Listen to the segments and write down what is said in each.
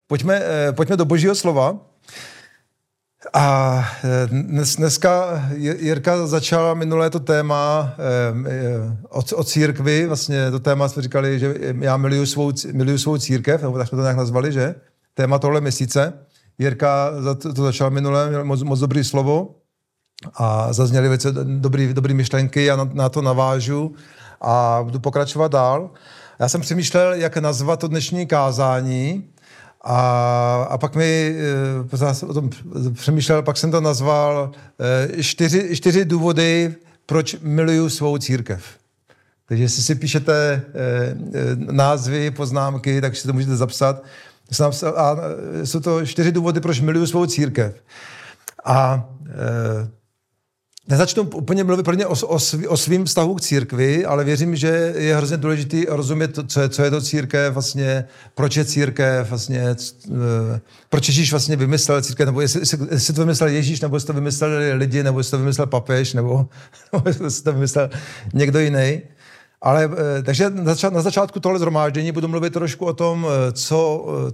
Pojďme do Božího slova. A dneska Jirka začala minulé to téma o církvi, vlastně to téma jsme říkali, že já miluju svou církev, nebo tak jsme to nějak nazvali, že? Téma tohle měsíce. Jirka to začala minulé, měl moc dobrý slovo a zazněly věci, dobrý myšlenky, já na to navážu a budu pokračovat dál. Já jsem přemýšlel, jak nazvat to dnešní kázání, a pak o tom přemýšlel, pak jsem to nazval 4 důvody, proč miluju svou církev. Takže jestli si píšete názvy, poznámky, tak si to můžete zapsat. A jsou to 4 důvody, proč miluju svou církev. A nezačnu úplně mluvit pro ně o svým vztahu k církvi, ale věřím, že je hrozně důležité rozumět, co je to církev, vlastně, proč je církev, vlastně, proč Ježíš vlastně vymyslel církev, nebo jestli to vymyslel Ježíš, nebo jestli to vymysleli lidi, nebo jestli to vymyslel papež, nebo jestli to vymyslel někdo jiný. Ale takže na začátku tohle shromáždění budu mluvit trošku o tom, co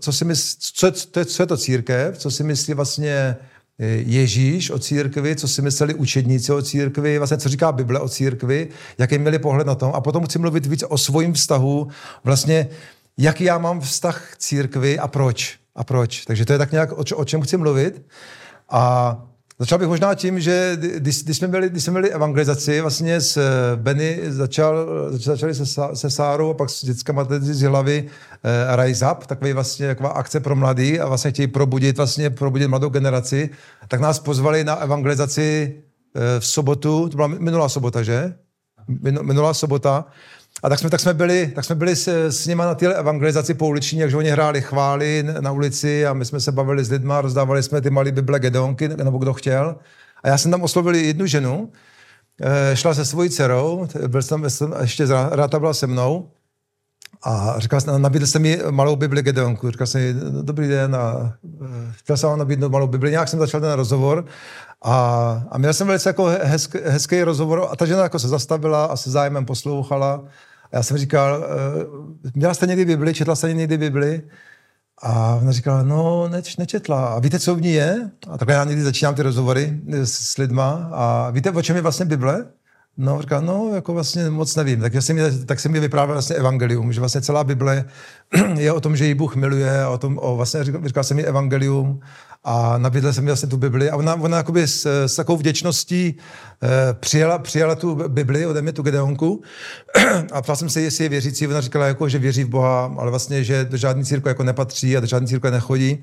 je to církev, co si myslí vlastně Ježíš o církvi, co si mysleli učedníci o církvi, vlastně co říká Bible o církvi, jaký měli pohled na tom. A potom chci mluvit víc o svém vztahu, vlastně jaký já mám vztah k církvi a proč. Takže to je tak nějak, o čem chci mluvit. A začal bych možná tím, že když jsme měli evangelizaci, vlastně s Benny začali se Sárou a pak s dětskama z hlavy Rise Up, taková akce pro mladý a vlastně chtějí probudit mladou generaci, tak nás pozvali na evangelizaci v sobotu, to byla minulá sobota, že? Minulá sobota. A tak jsme byli s nima na téhle evangelizaci pouliční, takže oni hráli chvály na ulici a my jsme se bavili s lidma, rozdávali jsme ty malé Bible Gedeonky, nebo kdo chtěl. A já jsem tam oslovil jednu ženu, šla se svojí dcerou, byl jsem ještě Ráta byla se mnou a nabídl jsem mi malou Bibli Gedeonku. Říkal jsem jí, dobrý den a chtěl jsem vám nabídnout malou Bibli. Nějak jsem začal ten rozhovor a měl jsem velice jako hezký rozhovor a ta žena jako se zastavila a se zájmem poslouchala. A já jsem říkal, měla jste někdy Bibli, četla jste někdy Bibli? A ona říkala, no nečetla. A víte, co v ní je? A takhle já někdy začínám ty rozhovory s lidma. A víte, o čem je vlastně Bible? No, říkala, no, jako vlastně moc nevím. Tak jsem mi vyprávěl vlastně evangelium, že vlastně celá Bible je o tom, že ji Bůh miluje, vlastně říkal jsem mi evangelium a nabídl jsem mi vlastně tu Bibli a ona jakoby s takovou vděčností přijala tu Bibli ode mě, tu Gedeonku a ptal jsem se, jestli je věřící. Ona říkala, jako, že věří v Boha, ale vlastně, že do žádný církve jako nepatří a do žádný církve nechodí.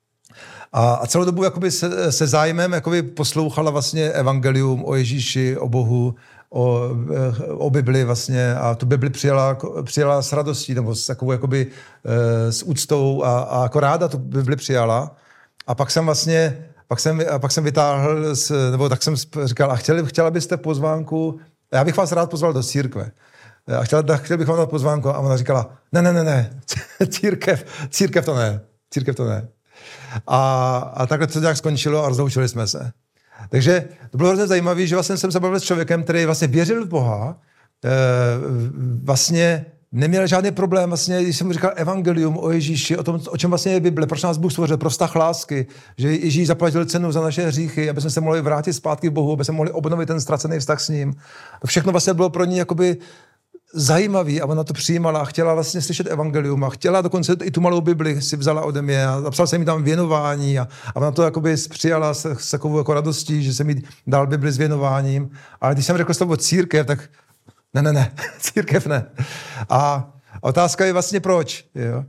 A celou dobu jakoby se zájmem jakoby poslouchala vlastně evangelium o Ježíši, o Bohu, o Bibli vlastně a tu Bibli přijala s radostí nebo s takovou jakoby s úctou a jako ráda tu Bibli přijala. A pak jsem vytáhl, nebo tak jsem říkal, a chtěla byste pozvánku, já bych vás rád pozval do církve. A chtěl bych vám dát pozvánku a ona říkala, ne, církev to ne. A takhle to nějak skončilo a rozloučili jsme se. Takže to bylo hrozně zajímavé, že vlastně jsem se bavil s člověkem, který vlastně věřil v Boha, vlastně neměl žádný problém, vlastně, když jsem mu říkal evangelium o Ježíši, o tom, o čem vlastně je Bible, proč nás Bůh stvořil, pro vztah lásky, že Ježíš zaplatil cenu za naše hříchy, aby jsme se mohli vrátit zpátky k Bohu, aby jsme mohli obnovit ten ztracený vztah s ním. To všechno vlastně bylo pro ní jakoby zajímavý a ona to přijímala a chtěla vlastně slyšet evangelium a chtěla dokonce i tu malou Bibli si vzala ode mě a napsal jsem jí tam věnování a ona to jakoby přijala s takovou jako radostí, že jsem jí dal Bibli s věnováním. Ale když jsem řekl slovo církev, tak ne, církev ne. A otázka je vlastně proč. Jo?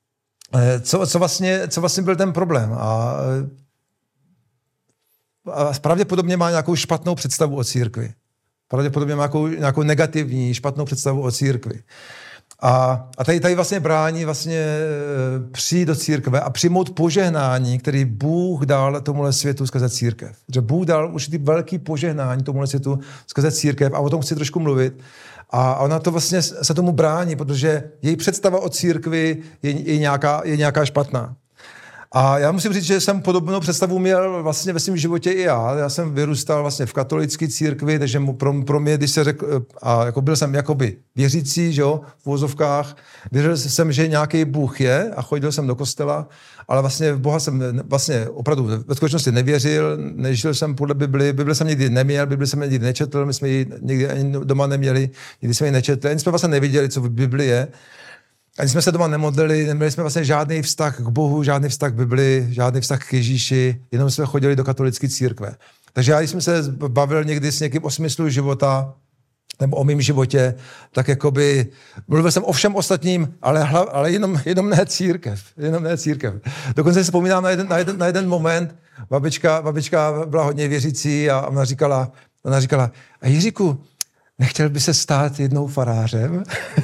Co vlastně byl ten problém? A pravděpodobně má nějakou špatnou představu o církvi. Pravděpodobně má nějakou negativní, špatnou představu o církvi. A tady vlastně brání vlastně přijít do církve a přijmout požehnání, který Bůh dal tomuhle světu skrze církev. Že Bůh dal určitý velký požehnání tomuhle světu skrze církev a o tom chci trošku mluvit. A ona to vlastně se tomu brání, protože její představa o církvi je nějaká špatná. A já musím říct, že jsem podobnou představu měl vlastně ve svém životě i já. Já jsem vyrůstal vlastně v katolické církvi, takže pro mě, když se řekl, a jako byl jsem jakoby věřící, že jo, v uvozovkách, věřil jsem, že nějaký Bůh je a chodil jsem do kostela, ale vlastně v Boha jsem vlastně opravdu ve skutečnosti nevěřil, nežil jsem podle Bibli jsem nikdy neměl, Bibli jsem nikdy nečetl, my jsme ji nikdy ani doma neměli, nikdy jsme ji nečetli, ani jsme vlastně neviděli, co v Bibli je. Ani jsme se doma nemodlili, neměli jsme vlastně žádný vztah k Bohu, žádný vztah k Bibli, žádný vztah k Ježíši, jenom jsme chodili do katolické církve. Takže já, když jsem se bavil někdy s někým o smyslu života, nebo o mém životě, tak jakoby mluvil jsem o všem ostatním, ale jenom ne církev. Dokonce si vzpomínám na jeden moment, babička byla hodně věřící a ona říkala, a Jiříku, nechtěl by se stát jednou farářem?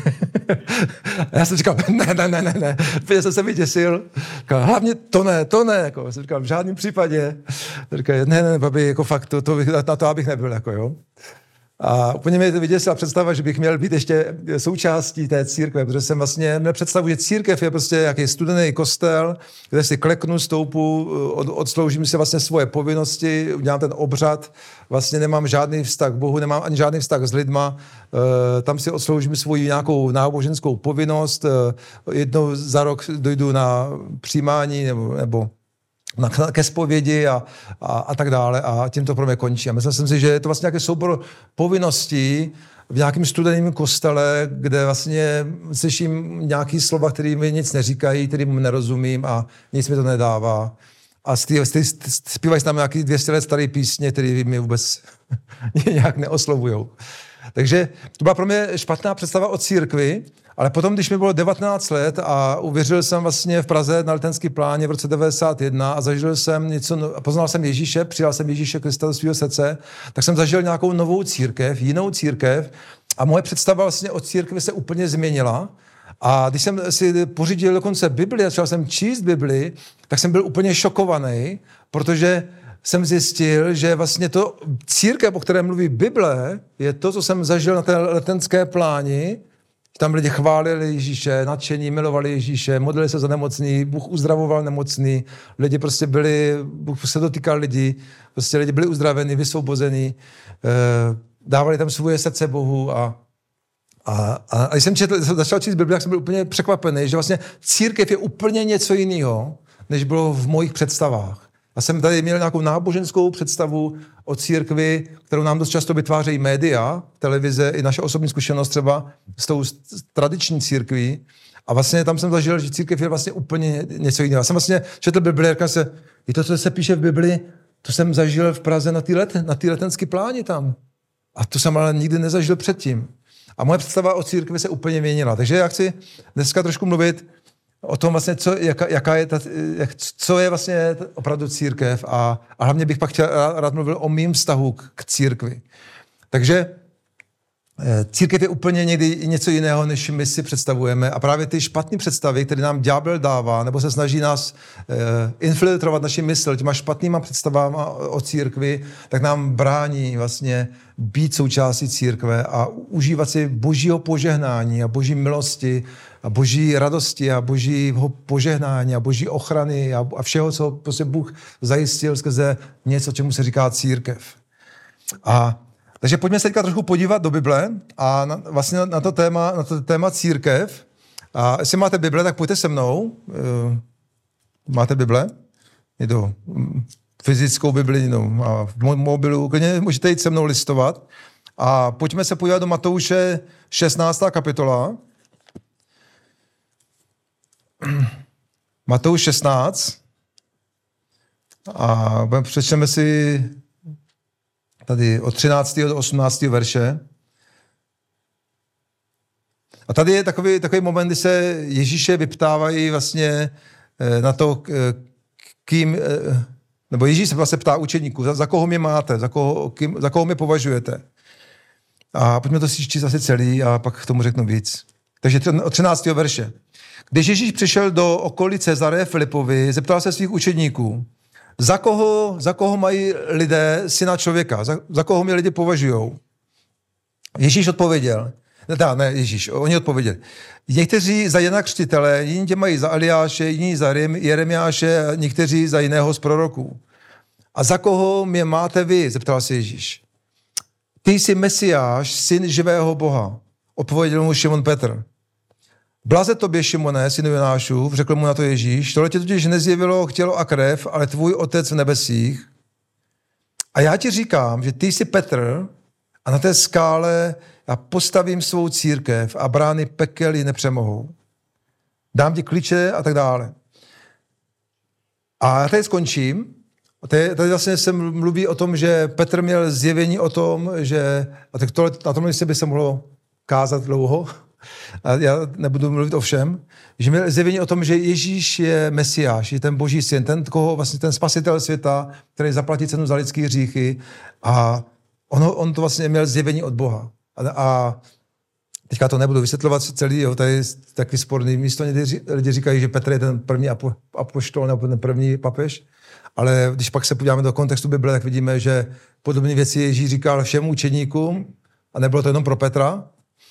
A já jsem říkal, ne. Protože jsem se vyděsil. Říkal, hlavně to ne. Jako. Jsem říkal, v žádném případě. Říkal, ne, babi, jako fakt, na to abych nebyl. Jako, jo. A úplně mě vyděsila představa, že bych měl být ještě součástí té církve, protože jsem vlastně měl představu, že církev je prostě jaký studený kostel, kde si kleknu, stoupu, odsloužím si vlastně svoje povinnosti, udělám ten obřad, vlastně nemám žádný vztah k Bohu, nemám ani žádný vztah s lidma, tam si odsloužím svoji nějakou náboženskou povinnost, jednou za rok dojdu na přijímání nebo ke zpovědi a tak dále a tím to pro mě končí. A myslel jsem si, že je to vlastně nějaký soubor povinností v nějakém studeném kostele, kde vlastně slyším nějaký slova, které mi nic neříkají, kterým nerozumím a nic mi to nedává. A zpívají tam nějaký 200 let staré písně, které mi vůbec nějak neoslovujou. Takže to byla pro mě špatná představa o církvi, ale potom, když mi bylo 19 let a uvěřil jsem vlastně v Praze na Letenský pláně v roce 91 a zažil jsem něco, poznal jsem Ježíše, přijal jsem Ježíše Krista do svého srdce, tak jsem zažil nějakou novou církev, jinou církev a moje představa vlastně o církvi se úplně změnila. A když jsem si pořídil dokonce Bibli a začal jsem číst Bibli, tak jsem byl úplně šokovaný, protože jsem zjistil, že vlastně to církev, o které mluví Bible, je to, co jsem zažil na té Letenské pláni. Tam lidi chválili Ježíše, nadšení, milovali Ježíše, modlili se za nemocný, Bůh uzdravoval nemocný, lidi prostě Bůh se dotýkal lidí, prostě lidi byli uzdraveni, vysvobozeni, dávali tam svoje srdce Bohu a když jsem začal číst Bibli, tak jsem byl úplně překvapený, že vlastně církev je úplně něco jiného, než bylo v mojich představách. Já jsem tady měl nějakou náboženskou představu o církvi, kterou nám dost často vytvářejí média, televize, i naše osobní zkušenost třeba s tou tradiční církví. A vlastně tam jsem zažil, že církev je vlastně úplně něco jiného. Já jsem vlastně četl Bibli a říkal se, i to, co se píše v Bibli, to jsem zažil v Praze na té Letenské pláni tam. A to jsem ale nikdy nezažil předtím. A moje představa o církvi se úplně měnila. Takže já chci dneska trošku mluvit o tom vlastně, co je vlastně opravdu církev a hlavně bych pak rád mluvil o mým vztahu k církvi. Takže církev je úplně někdy něco jiného, než my si představujeme a právě ty špatné představy, které nám ďábel dává, nebo se snaží nás infiltrovat naši mysl těma špatnýma představama o církvi, tak nám brání vlastně být součástí církve a užívat si božího požehnání a boží milosti a boží radosti a božího požehnání a boží ochrany a všeho, co prostě Bůh zajistil skrze něco, čemu se říká církev. Takže pojďme se teďka trošku podívat do Bible a vlastně na to téma církev. A jestli máte Bible, tak pojďte se mnou. Máte Bible? Je to fyzickou Bibli, a v mobilu. Klidně můžete jít se mnou listovat. A pojďme se podívat do Matouše 16. kapitola. Matouš 16. A přečteme si tady od 13. do 18. verše. A tady je takový moment, kdy se Ježíše vyptávají vlastně na to, kým, nebo Ježíš se vlastně ptá učeníků, za koho mě máte, za koho mě považujete. A pojďme to si číst asi celý a pak k tomu řeknu víc. Takže od 13. verše. Když Ježíš přišel do okolí Cezareje Filipovi, zeptal se svých učedníků, za koho mají lidé syna člověka, za koho mě lidi považujou. Ježíš odpověděl, Ne, Ježíš, oni odpověděli. Někteří za Jana Křtitele, jiní tě mají za Eliáše, jiní za Jeremiáše, někteří za jiného z proroků. A za koho mě máte vy? Zeptal se Ježíš. Ty jsi Mesiáš, syn živého Boha. Odpověděl mu Šimon Petr. Blaze tobě, Šimone, synu Jonášův, řekl mu na to Ježíš, tohle tě totiž nezjevilo tělo a krev, ale tvůj otec v nebesích. A já ti říkám, že ty jsi Petr a na té skále já postavím svou církev a brány pekel ji nepřemohou. Dám ti klíče a tak dále. A já tady skončím. Tady vlastně se mluví o tom, že Petr měl zjevení o tom, že, a tak tohle, na tomhle by se mohlo kázat dlouho, a já nebudu mluvit o všem, že měl zjevení o tom, že Ježíš je Mesiáš, je ten Boží syn, ten spasitel světa, který zaplatí cenu za lidský hříchy a on to vlastně měl zjevení od Boha. A teďka to nebudu vysvětlovat celý, jo, tady je takový sporný místo, lidi říkají, že Petr je ten první apoštol nebo ten první papež, ale když pak se podíváme do kontextu Bible, tak vidíme, že podobné věci Ježíš říkal všem učeníkům a nebylo to jenom pro Petra,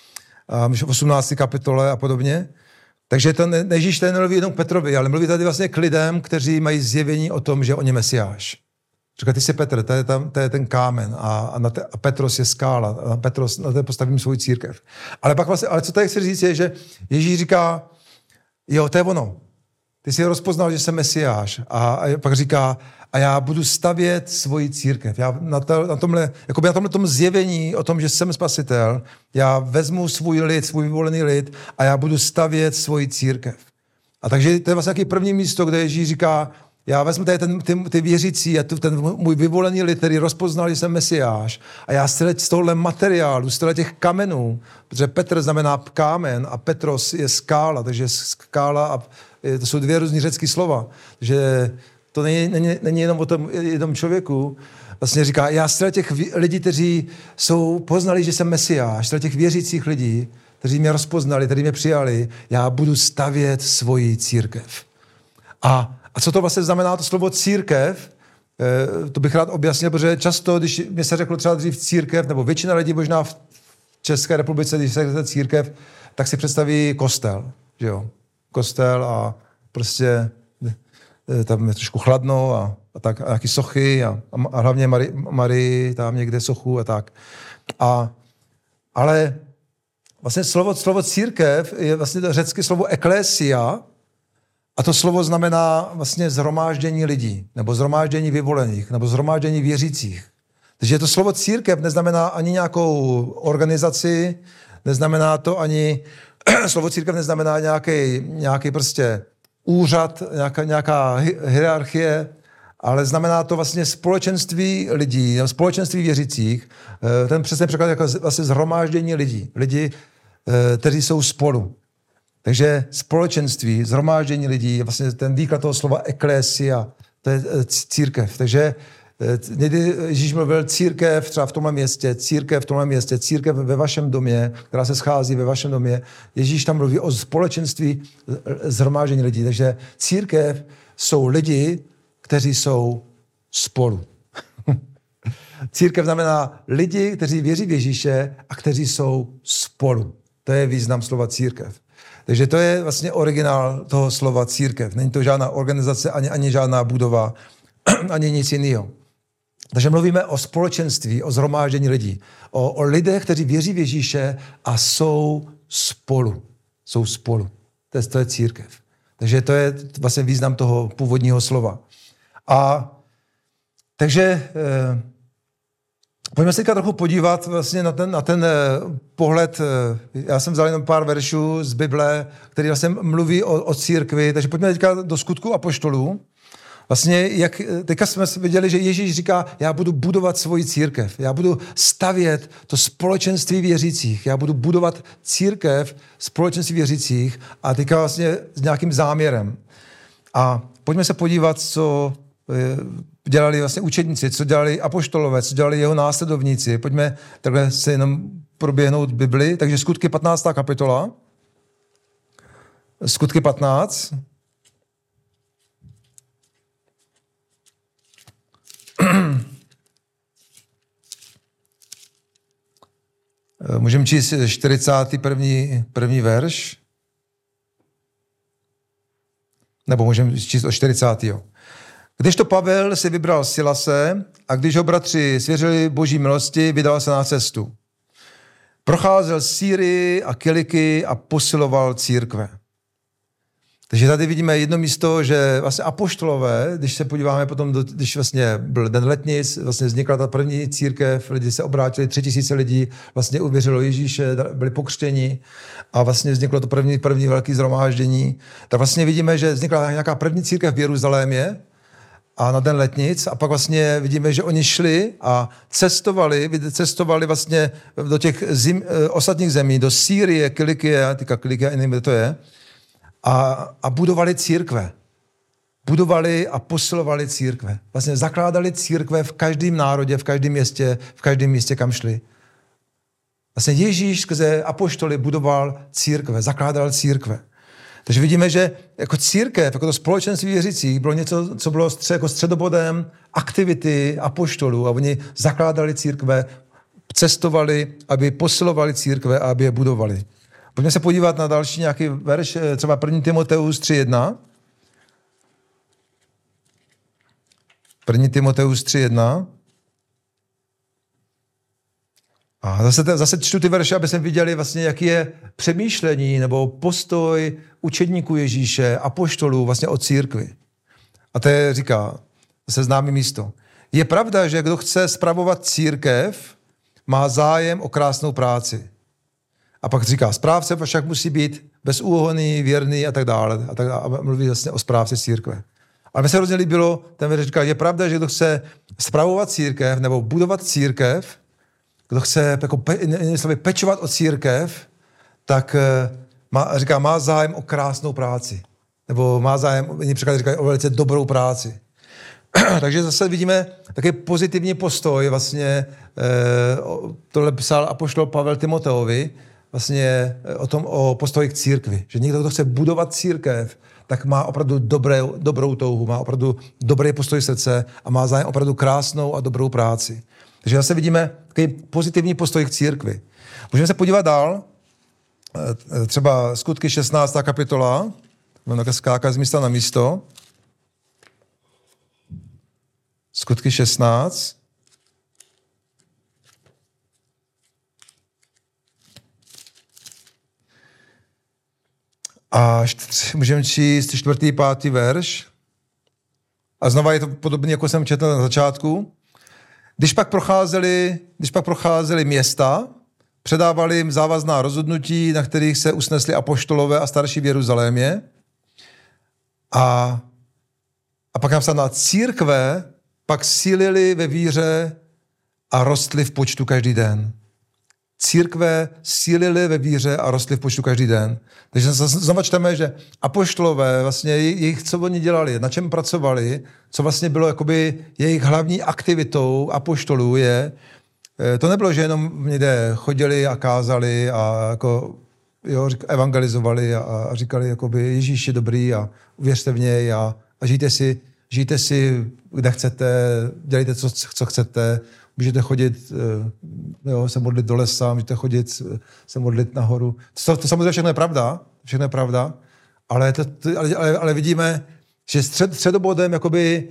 v 18. kapitole a podobně. Takže to Ježíš tady nemluví jenom Petrovi, ale mluví tady vlastně k lidem, kteří mají zjevení o tom, že on je Mesiáš. Říká, ty jsi Petr, to je ten kámen a Petros je skála, a Petros, na té postavím svou církev. Ale pak vlastně, ale co tady chci říct je, že Ježíš říká, jo, to je ono. Ty jsi rozpoznal, že jsem Mesiáš. A pak říká, a já budu stavět svoji církev. Já na tomhle zjevení o tom, že jsem spasitel, já vezmu svůj lid, svůj vyvolený lid a já budu stavět svoji církev. A takže to je vlastně taky první místo, kde Ježíš říká, já vezmu tady ty věřící a ten můj vyvolený lid, který rozpoznal, že jsem Mesiáš. A já z tohohle materiálu, z těch kamenů, protože Petr znamená kámen a Petros je skála, takže skála a to jsou dvě různý řecký slova. Takže to není jenom o tom jednom člověku. Vlastně říká, já z těch lidí, kteří poznali, že jsem Mesiáš, z těch věřících lidí, kteří mě rozpoznali, kteří mě přijali, já budu stavět svoji církev. A co to vlastně znamená to slovo církev? To bych rád objasnil, protože často, když mě se řeklo třeba dřív církev, nebo většina lidí možná v České republice, když se řekne církev, tak si představí kostel, že jo? Kostel a prostě tam je trošku chladno a tak, a nějaký sochy a hlavně Marii tam někde sochu a tak. Ale vlastně slovo církev je vlastně to řecké slovo eklésia a to slovo znamená vlastně zhromáždění lidí, nebo zhromáždění vyvolených, nebo zhromáždění věřících. Takže to slovo církev neznamená ani nějakou organizaci, neznamená to ani, slovo církev neznamená nějaký prostě úřad, nějaká hierarchie, ale znamená to vlastně společenství lidí, společenství věřících, ten přesně překlad jako vlastně zhromáždění lidí, lidi, kteří jsou spolu. Takže společenství, zhromáždění lidí, vlastně ten výklad toho slova eklésia, to je církev. Takže někdy Ježíš mluvil církev třeba v tomhle městě, církev ve vašem domě, která se schází ve vašem domě. Ježíš tam mluví o společenství zhromáždění lidí. Takže církev jsou lidi, kteří jsou spolu. Církev znamená lidi, kteří věří v Ježíše a kteří jsou spolu. To je význam slova církev. Takže to je vlastně originál toho slova církev. Není to žádná organizace, ani žádná budova, ani nic jiného. Takže mluvíme o společenství, o shromáždění lidí, o lidech, kteří věří v Ježíše a jsou spolu. Jsou spolu. To je církev. Takže to je vlastně význam toho původního slova. Takže pojďme se teďka trochu podívat vlastně na ten pohled. Já jsem vzal jenom pár veršů z Bible, který vlastně mluví o církvi, takže pojďme teďka do Skutků apoštolů. Vlastně, teďka jsme viděli, že Ježíš říká, já budu budovat svoji církev, já budu stavět to společenství věřících, já budu budovat církev, společenství věřících a teďka vlastně s nějakým záměrem. A pojďme se podívat, co dělali vlastně učedníci, co dělali apoštolové, co dělali jeho následovníci. Pojďme takhle se jenom proběhnout Bibli. Takže Skutky 15. kapitola. Skutky 15. Můžeme číst 41. verš. Nebo můžeme číst od 40. Když to Pavel si vybral Silase a když ho bratři svěřili boží milosti, vydal se na cestu. Procházel Sýrii a Kiliky a posiloval církve. Takže tady vidíme jedno místo, že vlastně apoštolové, když se podíváme potom, když vlastně byl den letnic, vlastně vznikla ta první církev, lidi se obrátili, 3000 lidí vlastně uvěřilo Ježíše, byli pokřtěni a vlastně vzniklo to první velké shromáždění. Tak vlastně vidíme, že vznikla nějaká první církev v Jeruzalémě a na den letnic a pak vlastně vidíme, že oni šli a cestovali vlastně do těch ostatních zemí, do Sýrie, Kilikie, nevím, kde to je, a budovali církve. Budovali a posilovali církve. Vlastně zakládali církve v každém národě, v každém městě, kam šli. Vlastně Ježíš skrze apoštoly budoval církve, zakládal církve. Takže vidíme, že jako církev, jako to společenství věřících bylo něco, co bylo jako středobodem aktivity apoštolů a oni zakládali církve, cestovali, aby posilovali církve a aby je budovali. Pojďme se podívat na další nějaký verš, třeba 1. Timoteus 3.1. 1. Timoteus 3.1. A zase čtu ty verše, aby jsme viděli vlastně, jaký je přemýšlení nebo postoj učedníků Ježíše, apoštolů vlastně o církvi. A to je, říká, zase známý místo. Je pravda, že kdo chce spravovat církev, má zájem o krásnou práci. A pak říká, správce však musí být bezúhonný, věrný a tak dále. A mluví vlastně o správce církve. Ale mi se hrozně líbilo, ten verš říká, je pravda, že kdo chce spravovat církev nebo budovat církev, kdo chce jako pečovat o církev, tak má zájem o krásnou práci. Nebo má zájem, jiný překlady říkají, o velice dobrou práci. Takže zase vidíme takový pozitivní postoj, vlastně tohle psal apoštol Pavel Timoteovi, vlastně o postoji k církvi. Že někdo, kdo chce budovat církev, tak má opravdu dobrou touhu, má opravdu dobrý postoj srdce a má zájem opravdu krásnou a dobrou práci. Takže zase vidíme takový pozitivní postoj k církvi. Můžeme se podívat dál, třeba Skutky 16. kapitola, budeme skákat z místa na místo. Skutky 16. A můžeme číst 4. 5. verš. A znova je to podobně, jako jsem četl na začátku. Když pak procházeli města, předávali jim závazná rozhodnutí, na kterých se usnesli apoštolové a starší v Jeruzalémě. A pak napsáno, církve pak sílili ve víře a rostly v počtu každý den. Církve sílili ve víře a rostly v počtu každý den. Takže znovu čteme, že apoštolové, vlastně jejich, co oni dělali, na čem pracovali, co vlastně bylo jakoby jejich hlavní aktivitou apoštolů je, to nebylo, že jenom někde chodili a kázali a jako, evangelizovali a říkali, jakoby Ježíš je dobrý a uvěřte v něj a žijte si, kde chcete, dělejte, co chcete, můžete chodit, se modlit do lesa, můžete chodit, se modlit nahoru. To samozřejmě všechno je pravda, ale vidíme, že středobodem jakoby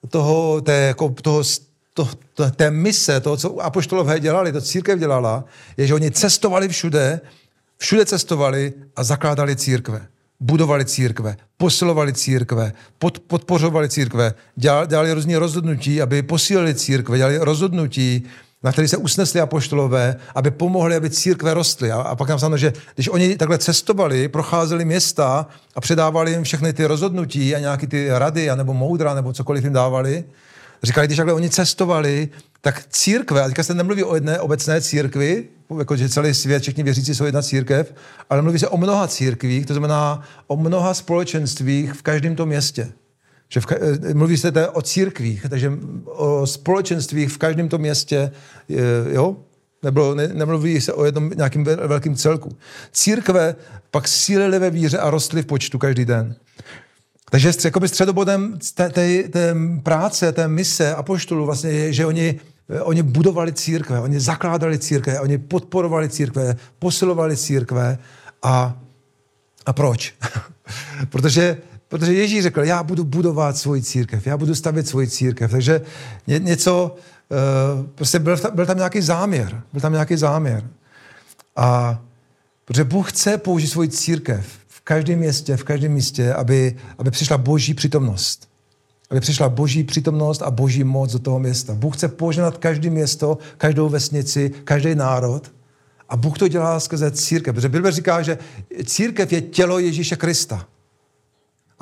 té mise, toho, co apoštolové dělali, to církev dělala, je, že oni cestovali všude cestovali a zakládali církve. Budovali církve, posilovali církve, podpořovali církve, dělali různé rozhodnutí, aby posílili církve, dělali rozhodnutí, na které se usnesli apoštolové, aby pomohli, aby církve rostly. A pak nám psáno, že když oni takhle cestovali, procházeli města a předávali jim všechny ty rozhodnutí a nějaké ty rady, nebo moudra, nebo cokoliv jim dávali, říkali, když takhle oni cestovali, tak církve, a teďka se nemluví o jedné obecné církvi, jako že celý svět, všichni věřící jsou jedna církev, ale mluví se o mnoha církvích, to znamená o mnoha společenstvích v každém tom městě. Že mluví se o církvích, takže o společenstvích v každém tom městě, nemluví se o jednom nějakým velkým celku. Církve pak sílily ve víře a rostly v počtu každý den. Takže jakoby středobodem té práce, té mise apoštolů vlastně je, že oni Oni budovali církve, oni zakládali církve, oni podporovali církve, posilovali církve a proč? Protože Ježíš řekl, já budu budovat svoji církev, já budu stavět svoji církev. Takže něco, prostě byl tam nějaký záměr. A protože Bůh chce použít svoji církev v každém místě, aby přišla boží přítomnost. Aby přišla boží přítomnost a boží moc do toho města. Bůh chce požehnat každé město, každou vesnici, každý národ. A Bůh to dělá skrze církev. Protože Bible říká, že církev je tělo Ježíše Krista. A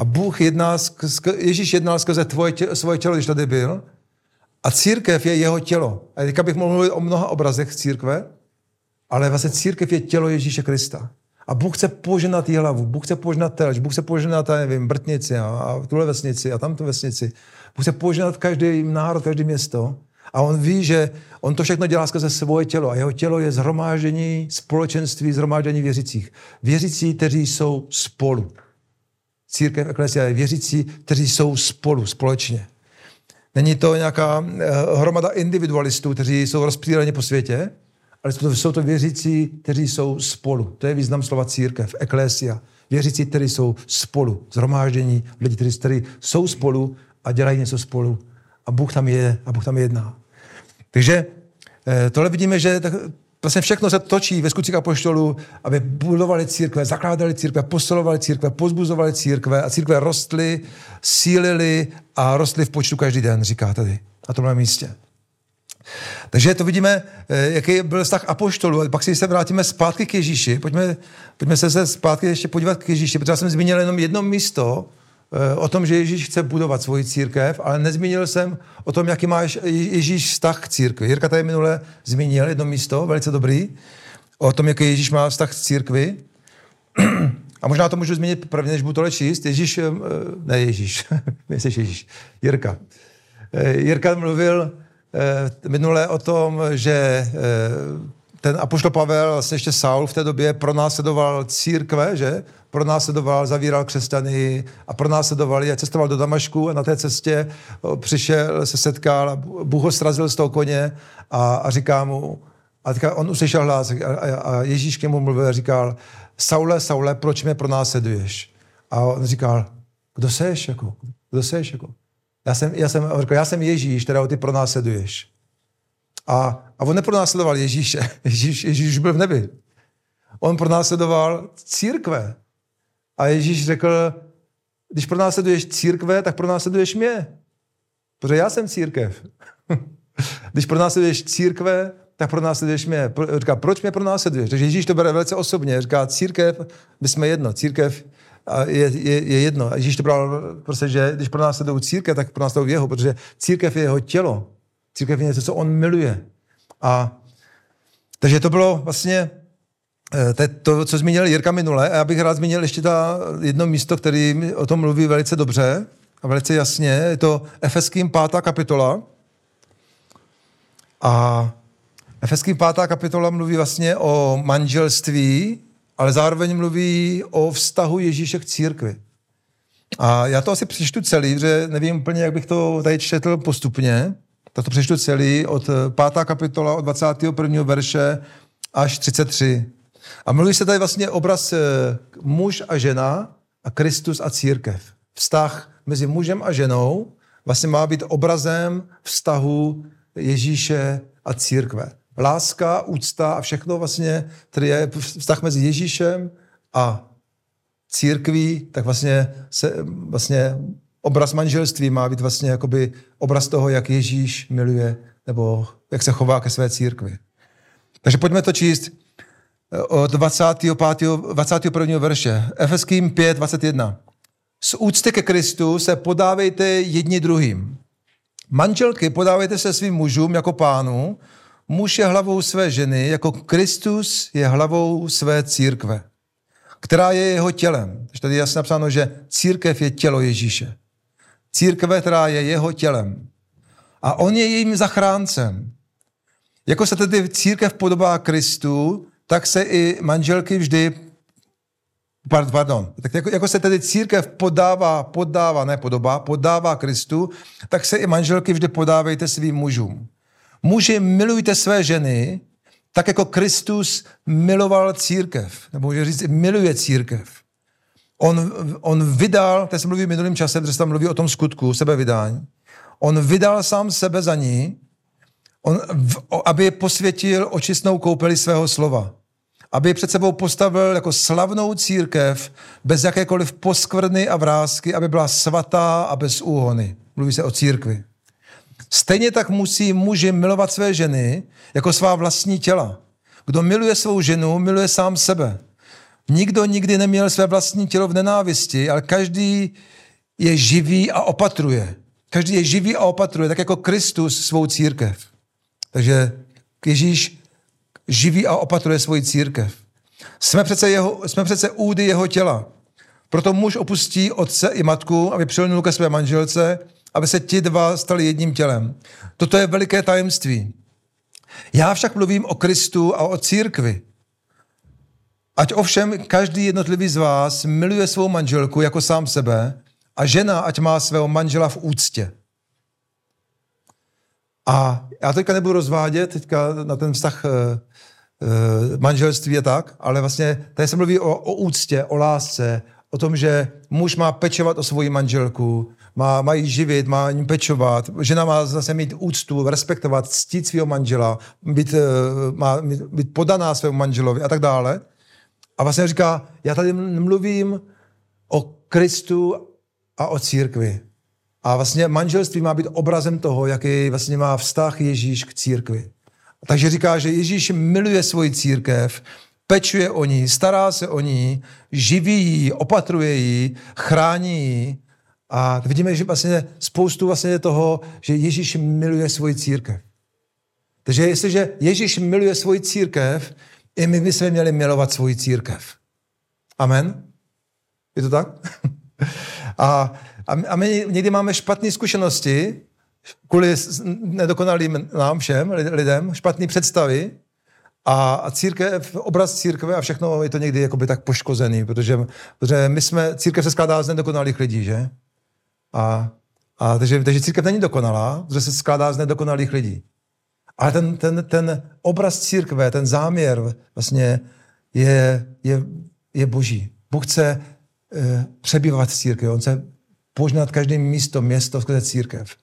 Ježíš jednal skrze svoje tělo, když tady byl. A církev je jeho tělo. A teďka bych mohl mluvit o mnoha obrazech církve, ale vlastně církev je tělo Ježíše Krista. A Bůh chce poženat Jihlavu, Bůh chce poženat Telč, Bůh chce poženat, Brtnici a tuhle vesnici a tamtu vesnici. Bůh chce poženat každý národ, každé město. A on ví, že on to všechno dělá skrze svoje tělo. A jeho tělo je shromáždění společenství, shromáždění věřících. Věřící, kteří jsou spolu. Církev, eklesia je věřící, kteří jsou spolu, společně. Není to nějaká hromada individualistů, kteří jsou rozptýleni po světě, ale jsou to věřící, kteří jsou spolu. To je význam slova církev, eklesia. Věřící, kteří jsou spolu. Shromáždění lidí, kteří jsou spolu a dělají něco spolu. A Bůh tam je a Bůh tam jedná. Takže tohle vidíme, že vlastně všechno se točí ve skutcích apoštolů, aby budovali církve, zakládali církve, posilovali církve, pozbuzovali církve a církve rostly, sílily a rostly v počtu každý den, říká tady na tomhle místě. Takže to vidíme, jaký byl vztah apoštolů. Pak si se vrátíme zpátky k Ježíši. Pojďme se zpátky ještě podívat k Ježíši, protože já jsem zmínil jenom jedno místo o tom, že Ježíš chce budovat svoji církev, ale nezmínil jsem o tom, jaký má Ježíš vztah k církvi. Jirka tady minule zmínil jedno místo, velice dobrý, o tom, jaký Ježíš má vztah k církvi. A možná to můžu zmínit prvně, než budu tohle číst. Jirka mluvil minule o tom, že ten apoštol Pavel, vlastně ještě Saul v té době pronásledoval církve, že? Pronásledoval, zavíral křesťany a pronásledoval je, cestoval do Damašku a na té cestě přišel, se setkal a Bůh ho srazil z toho koně a říká mu, a teďka on uslyšel hlas a Ježíš k němu mluvil a říkal, Saule, Saule, proč mě pronásleduješ? A on říkal, kdo seš? Já jsem Ježíš, kterého ty pronásleduješ. A on nepronásledoval Ježíše. Ježíš byl v nebi. On pronásledoval církve. A Ježíš řekl, když pronásleduješ církve, tak pronásleduješ mě. Protože já jsem církev. Když pronásleduješ církve, tak pronásleduješ mě. Říká, proč mě pronásleduješ? Takže Ježíš to bere velice osobně. Říká, církev, my jsme jedno. Církev je jedno. A Ježíš to bral prostě, že když pronásledují církev, tak pronásledují jeho, protože církev je jeho tělo. Církev je něco, co on miluje. Takže to bylo vlastně to, co zmínil Jirka minule. A já bych rád zmínil ještě jedno místo, který o tom mluví velice dobře a velice jasně. Je to Efeským 5. kapitola. A Efeským 5. kapitola mluví vlastně o manželství, ale zároveň mluví o vztahu Ježíše k církvi. A já to asi přečtu celý, protože nevím úplně, jak bych to tady četl postupně. Tak to přečtu celý od 5. kapitola, od 21. verše až 33. A mluví se tady vlastně obraz muž a žena a Kristus a církev. Vztah mezi mužem a ženou vlastně má být obrazem vztahu Ježíše a církve. Láska, úcta a všechno vlastně, který je vztah mezi Ježíšem a církví, tak vlastně obraz manželství má být vlastně jakoby obraz toho, jak Ježíš miluje nebo jak se chová ke své církvi. Takže pojďme to číst od 21. verše. Efeským 5, 21. Z úcty ke Kristu se podávejte jedni druhým. Manželky, podávejte se svým mužům jako pánu. Muž je hlavou své ženy, jako Kristus je hlavou své církve, která je jeho tělem. Takže tady je jasně napsáno, že církev je tělo Ježíše. Církve, která je jeho tělem. A on je jejím zachráncem. Jako se tedy církev podobá Kristu, tak se i manželky vždy tak jako se tedy církev podává Kristu, tak se i manželky vždy podávejte svým mužům. Muži, milujte své ženy, tak jako Kristus miloval církev. Nebo může říct, miluje církev. On vydal, teď jsem mluvil minulým časem, protože se tam mluví o tom skutku, sebevydání. On vydal sám sebe za ní, aby je posvětil očistnou koupeli svého slova. Aby je před sebou postavil jako slavnou církev, bez jakékoliv poskvrny a vrásky, aby byla svatá a bez úhony. Mluví se o církvi. Stejně tak musí muži milovat své ženy jako svá vlastní těla. Kdo miluje svou ženu, miluje sám sebe. Nikdo nikdy neměl své vlastní tělo v nenávisti, ale každý je živý a opatruje. Každý je živý a opatruje, tak jako Kristus svou církev. Takže Ježíš živí a opatruje svoji církev. Jsme přece údy jeho těla. Proto muž opustí otce i matku, aby přilnul ke své manželce, aby se ti dva stali jedním tělem. Toto je veliké tajemství. Já však mluvím o Kristu a o církvi. Ať ovšem každý jednotlivý z vás miluje svou manželku jako sám sebe a žena ať má svého manžela v úctě. A já teďka nebudu rozvádět teďka na ten vztah manželství a tak, ale vlastně tady se mluví o úctě, o lásce, o tom, že muž má pečovat o svoji manželku, má jí živit, má jí pečovat, žena má zase mít úctu, respektovat, ctít svého manžela, být podaná svému manželovi a tak dále. A vlastně říká, já tady mluvím o Kristu a o církvi. A vlastně manželství má být obrazem toho, jaký vlastně má vztah Ježíš k církvi. Takže říká, že Ježíš miluje svoji církev, pečuje o ní, stará se o ní, živí ji, opatruje ji, chrání ji. A vidíme, že vlastně spoustu vlastně toho, že Ježíš miluje svoji církev. Takže jestliže Ježíš miluje svoji církev, i my bychom měli milovat svoji církev. Amen? Je to tak? A my někdy máme špatné zkušenosti, kvůli nedokonalým nám všem, lidem, špatné představy a církev, obraz církve a všechno je to někdy jakoby tak poškozený, protože církev se skládá z nedokonalých lidí, že? Takže církev není dokonalá, protože se skládá z nedokonalých lidí. Ale ten obraz církve, ten záměr vlastně je boží. Bůh chce přebývat v církvi, on chce požnat každé město skrze církev.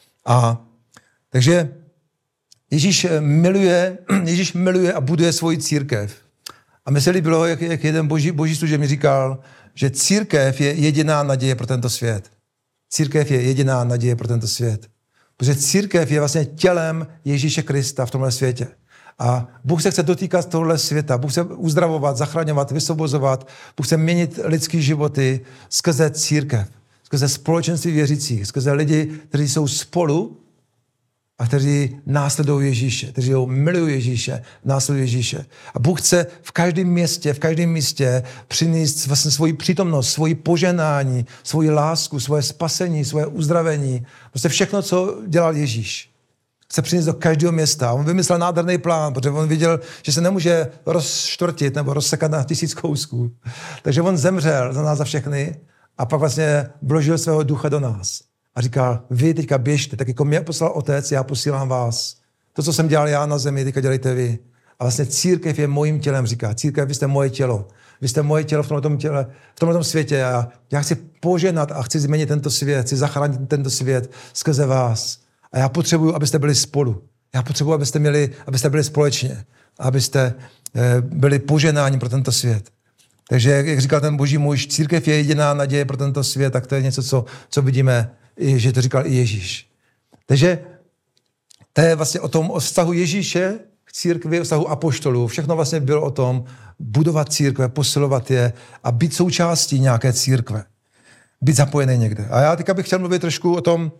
Takže Ježíš miluje a buduje svoji církev. A mně se líbilo, jak jeden boží služeb mi říkal, že církev je jediná naděje pro tento svět. Církev je jediná naděje pro tento svět. Protože církev je vlastně tělem Ježíše Krista v tomhle světě. A Bůh se chce dotýkat tohle světa. Bůh chce uzdravovat, zachraňovat, vysvobozovat. Bůh chce měnit lidský životy skrze církev, skrze společenství věřících, skrze lidi, kteří jsou spolu a kteří následují Ježíše, kteří ho milují Ježíše, následují Ježíše. A Bůh chce v každém místě přinést vlastně svoji přítomnost, svoji poženání, svoji lásku, svoje spasení, svoje uzdravení. Prostě všechno, co dělal Ježíš, chce přinést do každého města. On vymyslel nádherný plán, protože on viděl, že se nemůže rozštvrtit nebo rozsekat na 1000 kousků. Takže on zemřel za nás za všechny a pak vlastně vložil svého ducha do nás. A říkal, vy teďka běžte, tak jako mě poslal otec, já posílám vás. To, co jsem dělal já na zemi, teďka dělejte vy. A vlastně církev je mojím tělem, říká. Církev, vy jste moje tělo. Vy jste moje tělo v tomto světě. A já chci poženat a chci změnit tento svět, chci zachránit tento svět skrze vás. A já potřebuju, abyste byli spolu. Já potřebuju, abyste byli společně. Abyste byli poženáni pro tento svět. Takže, jak říkal ten boží muž, církev je jediná naděje pro tento svět, tak to je něco, co vidíme, že to říkal i Ježíš. Takže to je vlastně o vztahu Ježíše k církvi, o vztahu apoštolů. Všechno vlastně bylo o tom budovat církve, posilovat je a být součástí nějaké církve. Být zapojený někde. A já teďka bych chtěl mluvit trošku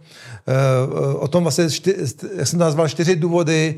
o tom vlastně, jak jsem to nazval, 4 důvody,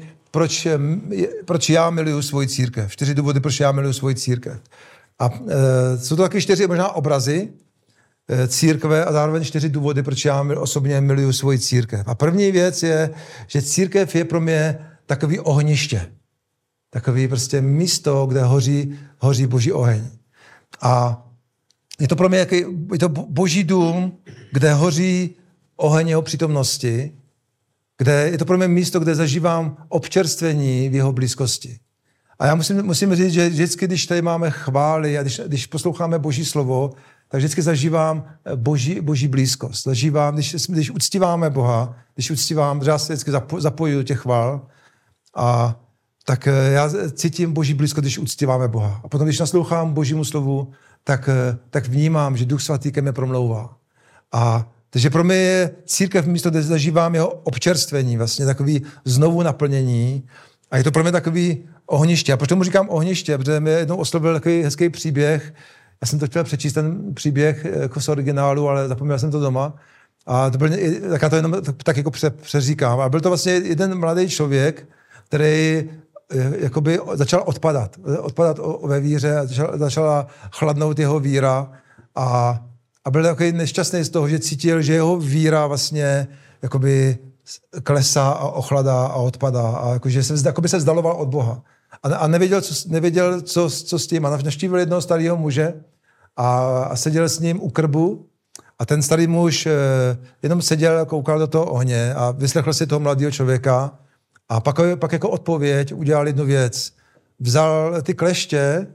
proč já miluju svoji církev. 4 důvody, proč já miluju svoji církev. A jsou to taky 4 možná obrazy církve a zároveň 4 důvody, proč já osobně miluju svoji církev. A první věc je, že církev je pro mě takový ohniště. Takový prostě místo, kde hoří boží oheň. A je to pro mě je to boží dům, kde hoří oheň jeho přítomnosti kde je to pro mě místo, kde zažívám občerstvení v jeho blízkosti. A já musím říct, že vždycky, když tady máme chvály a když posloucháme Boží slovo, tak vždycky zažívám boží blízkost. Zažívám, když uctíváme Boha, já se vždycky zapojuju do těch chvál, a tak já cítím Boží blízkost, když uctíváme Boha. A potom, když naslouchám Božímu slovu, tak vnímám, že Duch Svatý ke mně promlouvá. Takže pro mě je církev místo, kde zažívám jeho občerstvení, vlastně takový znovu naplnění. A je to pro mě takový ohniště. A proč tomu říkám ohniště? Protože mě jednou oslovil takový hezký příběh. Já jsem to chtěl přečíst, ten příběh jako z originálu, ale zapomněl jsem to doma. A to byl, tak já to jenom tak jako přeříkám. A byl to vlastně jeden mladý člověk, který jakoby začal odpadat ve víře, začala chladnout jeho víra a byl takový nešťastný z toho, že cítil, že jeho víra vlastně jakoby klesá a ochladá a odpadá a jakože se vzdaloval od Boha. A nevěděl, co s tím. A navštívil jednoho starého muže a seděl s ním u krbu a ten starý muž jenom seděl a koukal do toho ohně a vyslechl si toho mladého člověka a pak jako odpověď udělal jednu věc. Vzal ty kleště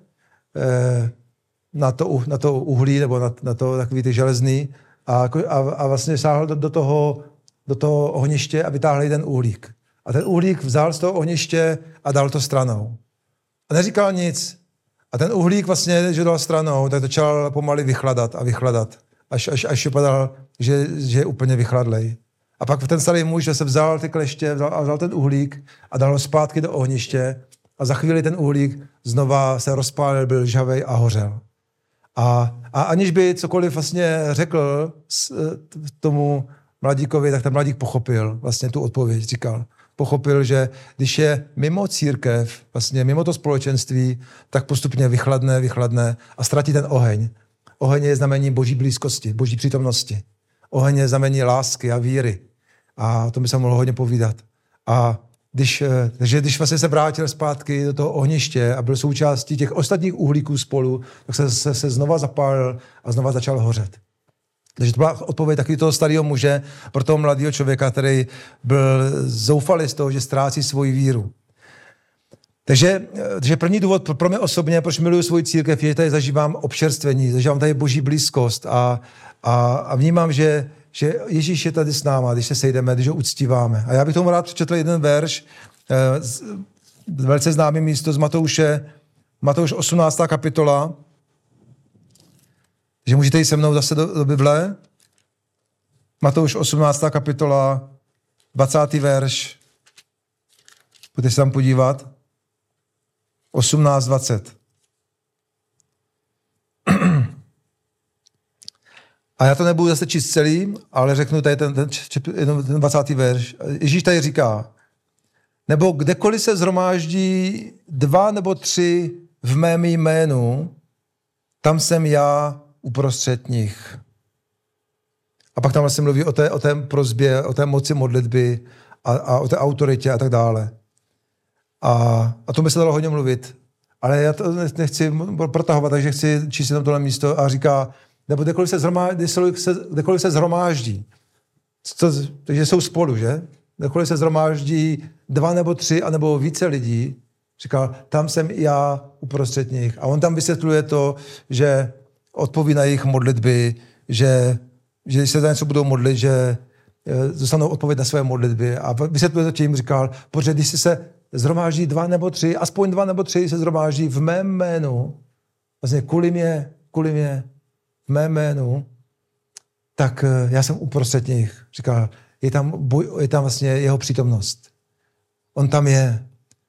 na to uhlí nebo na to takový ty železný a vlastně sáhl do toho ohniště a vytáhl jeden uhlík. A ten uhlík vzal z toho ohniště a dal to stranou. A neříkal nic. A ten uhlík vlastně, že dal stranou, tak začal pomaly vychladat. Až vypadal, že je úplně vychladlej. A pak ten starý muž se vzal ty kleště, vzal ten uhlík a dal ho zpátky do ohniště a za chvíli ten uhlík znova se rozpálil, byl žhavej a hořel. A aniž by cokoliv vlastně řekl tomu mladíkovi, tak ten mladík pochopil vlastně tu odpověď, pochopil, že když je mimo církev, vlastně mimo to společenství, tak postupně vychladne a ztratí ten oheň. Oheň je znamení Boží blízkosti, Boží přítomnosti. Oheň je znamení lásky a víry. A to by se mohlo hodně povídat. Takže když vlastně se vrátil zpátky do toho ohniště a byl součástí těch ostatních uhlíků spolu, tak se znova zapálil a znova začal hořet. Takže to byla odpověď takový toho starého muže pro toho mladého člověka, který byl zoufalý z toho, že ztrácí svoji víru. Takže první důvod pro mě osobně, proč miluji svoji církev, je, že tady zažívám občerstvení, zažívám tady Boží blízkost a vnímám, že Ježíš je tady s náma, když se sejdeme, když ho uctíváme. A já bych tomu rád přečetl jeden verš, velice známý místo z Matouš 18. kapitola, že můžete jít se mnou zase do Bible. Matouš 18. kapitola, 20. verš. Pojďte se tam podívat. 18:20. A já to nebudu zase číst celý, ale řeknu tady ten 20. verš. Ježíš tady říká, nebo kdekoliv se shromáždí 2 nebo 3 v mém jménu, tam jsem já uprostřed nich. A pak tam vlastně mluví o té prosbě, o té moci modlitby a o té autoritě a tak dále. A to by se dalo hodně mluvit. Ale já to nechci protahovat, takže chci číst jenom tohle místo a říká, nebo kdekoliv se shromáždí. Takže jsou spolu, že? Kdekoliv se shromáždí 2 nebo 3 anebo více lidí, říká, tam jsem já uprostřed nich. A on tam vysvětluje to, že odpoví na jejich modlitby, že když se za něco budou modlit, že dostanou odpověď na své modlitby. A vysvětluje to tím, říkal, protože když se shromáždí 2 nebo 3, aspoň 2 nebo 3 se shromáždí v mém jménu, vlastně kvůli mě, v mém jménu, tak já jsem uprostřed nich. Říkal, je tam vlastně jeho přítomnost. On tam je.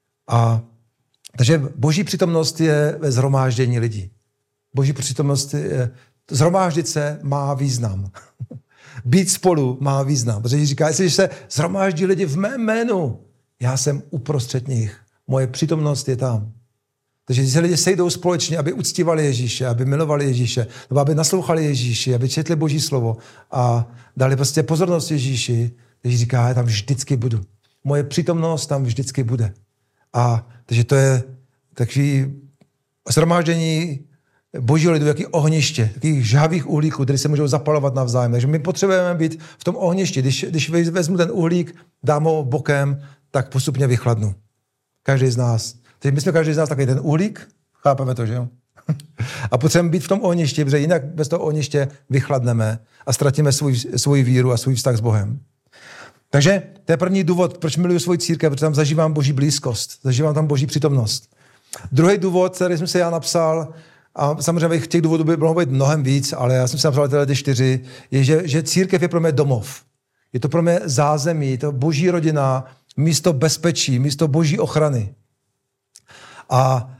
Takže Boží přítomnost je ve shromáždění lidí. Boží přítomnost je, shromáždit se má význam. Být spolu má význam. Protože říká, jestli se shromáždí lidi v mém jménu, já jsem uprostřed nich. Moje přítomnost je tam. Takže když se lidi sejdou společně, aby uctívali Ježíše, aby milovali Ježíše, nebo aby naslouchali Ježíši, aby četli Boží slovo a dali prostě pozornost Ježíši, Ježíš říká, já tam vždycky budu. Moje přítomnost tam vždycky bude. Takže to je takový shromáždění božího lidu, jaký ohniště, takových žhavých uhlíků, které se můžou zapalovat navzájem. Takže my potřebujeme být v tom ohništi. Když vezmu ten uhlík, dám ho bokem, tak postupně vychladnu. Každý z nás. Teď my jsme každý z nás takový ten uhlík, chápeme to, že jo? A potřebujeme být v tom ohništi, protože jinak bez toho ohniště vychladneme a ztratíme svoji víru a svůj vztah s Bohem. Takže to je první důvod, proč miluji svoji církev, protože tam zažívám boží blízkost, zažívám tam boží přítomnost. Druhý důvod, který jsem si já napsal, a samozřejmě těch důvodů by bylo být mnohem víc, ale já jsem si napsal tyhle 4, je, že církev je pro mě domov. Je to pro mě zázemí, to boží rodina, místo bezpečí, místo boží ochrany. A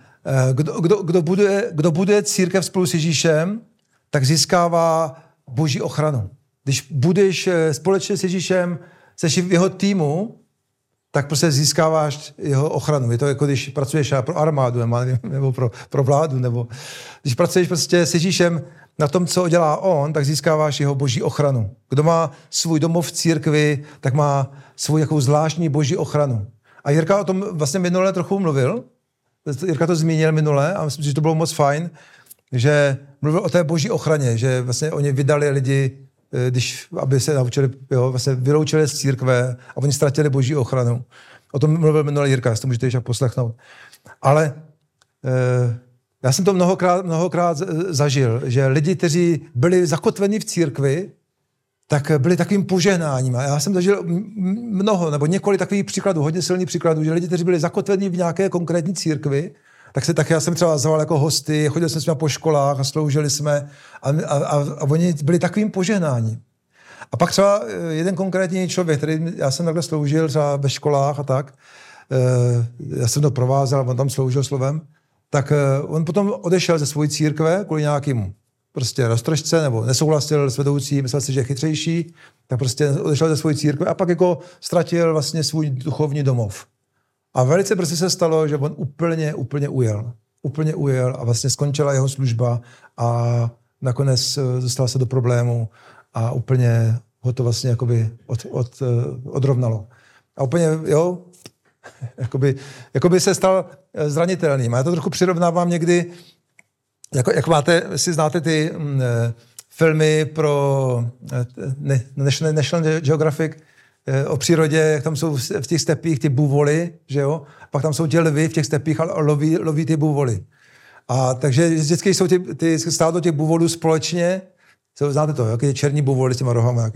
kdo buduje církev spolu s Ježíšem, tak získává boží ochranu. Když budeš společně s Ježíšem, jsi v jeho týmu, tak prostě získáváš jeho ochranu. Je to jako když pracuješ pro armádu nebo pro vládu, nebo když pracuješ prostě s Ježíšem na tom, co dělá on, tak získáváš jeho boží ochranu. Kdo má svůj domov v církvi, tak má svou jakou zvláštní boží ochranu. A Jirka o tom vlastně minule trochu mluvil. Jirka to zmínil minule a myslím, že to bylo moc fajn, že mluvil o té boží ochraně, že vlastně oni vydali lidi, aby se naučili, vlastně vyloučili z církve a oni ztratili boží ochranu. O tom mluvil minule Jirka, to můžete ještě poslechnout. Ale já jsem to mnohokrát zažil, že lidi, kteří byli zakotveni v církvi, tak byli takovým požehnáním. A já jsem zažil mnoho, nebo několik takových příkladů, hodně silných příkladů, že lidi, kteří byli zakotveni v nějaké konkrétní církvi, tak já jsem třeba zval jako hosty, chodil jsem s nimi po školách a sloužili jsme a oni byli takovým požehnáním. A pak třeba jeden konkrétní člověk, který já jsem takhle sloužil třeba ve školách a tak, já jsem to provázel, on tam sloužil slovem, tak on potom odešel ze svojí církve kvůli nějakým prostě roztržce nebo nesouhlasil s vedoucím, myslel si, že je chytřejší, tak prostě odešel ze svojí církve a pak jako ztratil vlastně svůj duchovní domov. A velice brzy se stalo, že on úplně ujel. Úplně ujel a vlastně skončila jeho služba a nakonec dostal se do problému a úplně ho to vlastně jakoby odrovnalo. A úplně, jo, jakoby se stal zranitelným. A já to trochu přirovnávám někdy, jak máte, si znáte ty filmy pro National Geographic o přírodě, jak tam jsou v těch stepích ty buvoly, že jo? Pak tam jsou ti lvy v těch stepích a loví ty buvoly. A takže vždycky jsou ty stádo těch buvolů společně, znáte to, jaký je černí buvoly s těma rohama.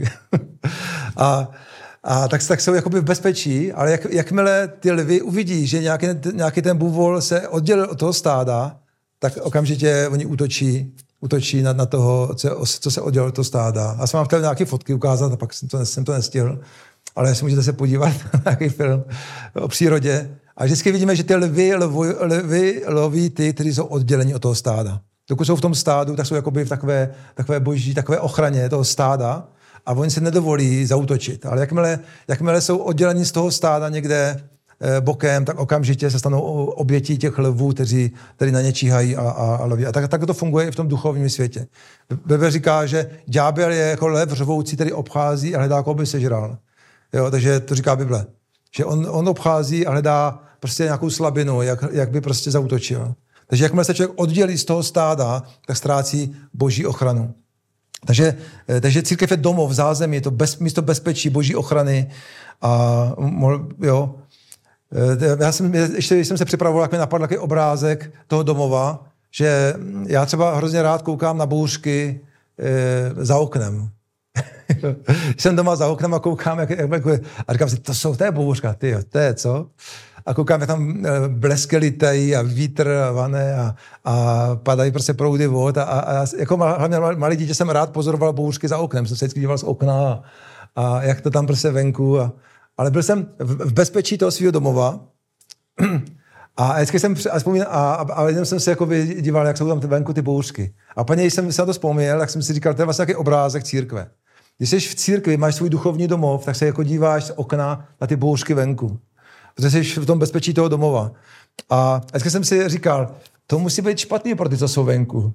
A tak jsou jakoby v bezpečí, ale jakmile ty lvy uvidí, že nějaký ten buvol se oddělil od toho stáda, tak okamžitě oni útočí na toho, co se oddělilo od toho stáda. Já jsem vám chtěl nějaké fotky ukázat, a pak jsem to nestihl, ale jestli můžete se podívat na nějaký film o přírodě. A vždycky vidíme, že ty lvy loví ty, kteří jsou odděleni od toho stáda. Dokud jsou v tom stádu, tak jsou jakoby v takové boží, takové ochraně toho stáda a oni se nedovolí zaútočit. Ale jakmile jsou odděleni z toho stáda někde bokem, tak okamžitě se stanou obětí těch lvů, kteří na ně číhají a loví. A tak to funguje i v tom duchovním světě. Bible říká, že ďábel je jako lev řvoucí, který obchází a hledá, koho by sežral. Jo, takže to říká Bible. Že on obchází a hledá prostě nějakou slabinu, jak by prostě zaútočil. Takže jakmile se člověk oddělí z toho stáda, tak ztrácí boží ochranu. Takže církev je domov, zázemí, je to místo bezpečí, boží ochrany. A jo, když jsem se připravoval, jak mi napadl takový obrázek toho domova, že já třeba hrozně rád koukám na bouřky za oknem. Jsem doma za oknem a koukám, a říkám si, to je bouřka, tyjo, to je co? A koukám, jak tam blesky litají a vítr vane a padají prostě proudy vod a jako hlavně malý dítě jsem rád pozoroval bouřky za oknem, jsem se vždycky díval z okna a jak to tam prostě venku. Ale byl jsem v bezpečí toho svého domova a vždycky jsem a jsem se jako díval, jak jsou tam venku ty bouřky. A paní, když jsem se na to vzpomněl, tak jsem si říkal, to je vlastně nějaký obrázek církve. Když jsi v církvi, máš svůj duchovní domov, tak se jako díváš z okna na ty bouřky venku. Protože jsi v tom bezpečí toho domova. A vždycky jsem si říkal, to musí být špatný pro ty, co jsou venku.